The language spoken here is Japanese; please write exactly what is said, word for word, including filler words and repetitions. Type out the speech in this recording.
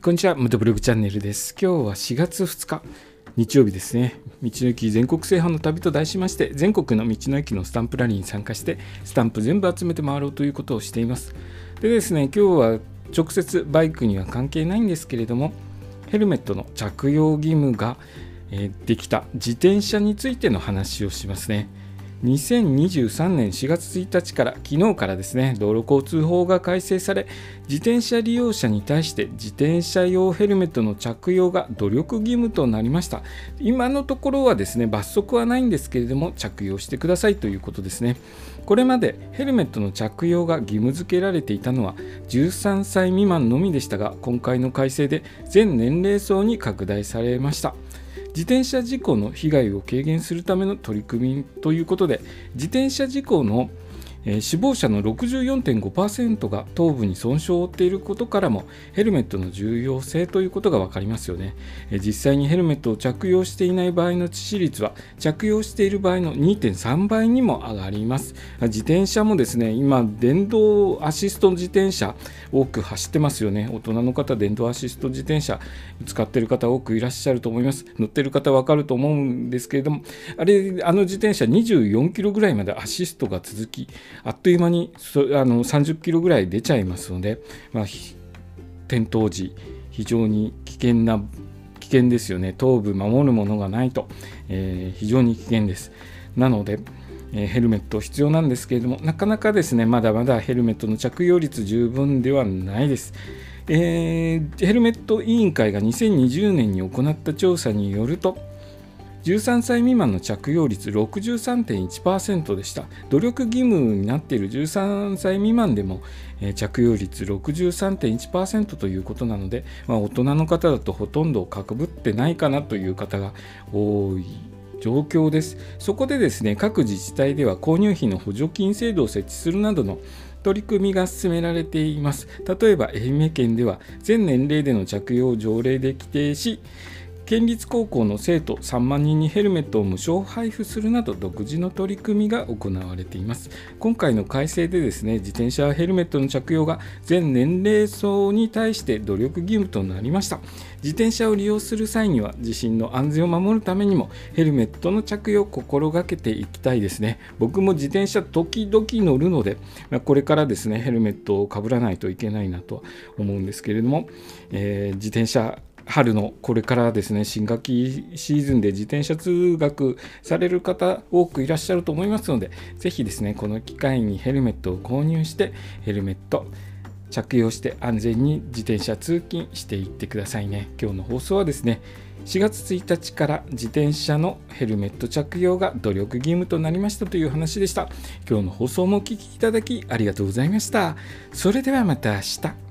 こんにちは、ムトブログチャンネルです。今日はしがつふつか日曜日ですね。道の駅全国制覇の旅と題しまして、全国の道の駅のスタンプラリーに参加してスタンプ全部集めて回ろうということをしています。でですね、今日は直接バイクには関係ないんですけれども、ヘルメットの着用義務ができた自転車についての話をしますね。にせんにじゅうさんねんしがつついたちから昨日からですね、道路交通法が改正され、自転車利用者に対して自転車用ヘルメットの着用が努力義務となりました。今のところはですね、罰則はないんですけれども着用してくださいということですね。これまでヘルメットの着用が義務付けられていたのはじゅうさんさい未満のみでしたが、今回の改正で全年齢層に拡大されました。自転車事故の被害を軽減するための取り組みということで、自転車事故のえー、死亡者の ろくじゅうよんてんごパーセント が頭部に損傷を負っていることからもヘルメットの重要性ということが分かりますよね。えー、実際にヘルメットを着用していない場合の致死率は着用している場合の にてんさんばいにも上がります。自転車もですね、今電動アシスト自転車多く走ってますよね。大人の方、電動アシスト自転車使っている方多くいらっしゃると思います。乗っている方分かると思うんですけれども、あれあの自転車にじゅうよんキロぐらいまでアシストが続き、あっという間にあのさんじゅっキロぐらい出ちゃいますので、まあ、転倒時非常に危険な危険ですよね。頭部守るものがないと、えー、非常に危険です。なので、えー、ヘルメット必要なんですけれども、なかなかですね、まだまだヘルメットの着用率十分ではないです。えー、ヘルメット委員会がにせんにじゅうねんに行った調査によると、じゅうさんさい未満の着用率 ろくじゅうさんてんいちパーセント でした。努力義務になっているじゅうさんさい未満でも、えー、着用率 ろくじゅうさんてんいちパーセント ということなので、まあ、大人の方だとほとんどかぶってないかなという方が多い状況です。そこでですね、各自治体では購入費の補助金制度を設置するなどの取り組みが進められています。例えば愛媛県では全年齢での着用を条例で規定し、県立高校の生徒さんまんにんにヘルメットを無償配布するなど独自の取り組みが行われています。今回の改正でですね、自転車ヘルメットの着用が全年齢層に対して努力義務となりました。自転車を利用する際には自身の安全を守るためにもヘルメットの着用を心がけていきたいですね。僕も自転車時々乗るので、これからですね、ヘルメットをかぶらないといけないなと思うんですけれども、えー、自転車春のこれからですね、新学期シーズンで自転車通学される方多くいらっしゃると思いますので、ぜひですね、この機会にヘルメットを購入してヘルメット着用して安全に自転車通勤していってくださいね。今日の放送はですね、しがつついたちから自転車のヘルメット着用が努力義務となりましたという話でした。今日の放送もお聞きいただきありがとうございました。それではまた明日。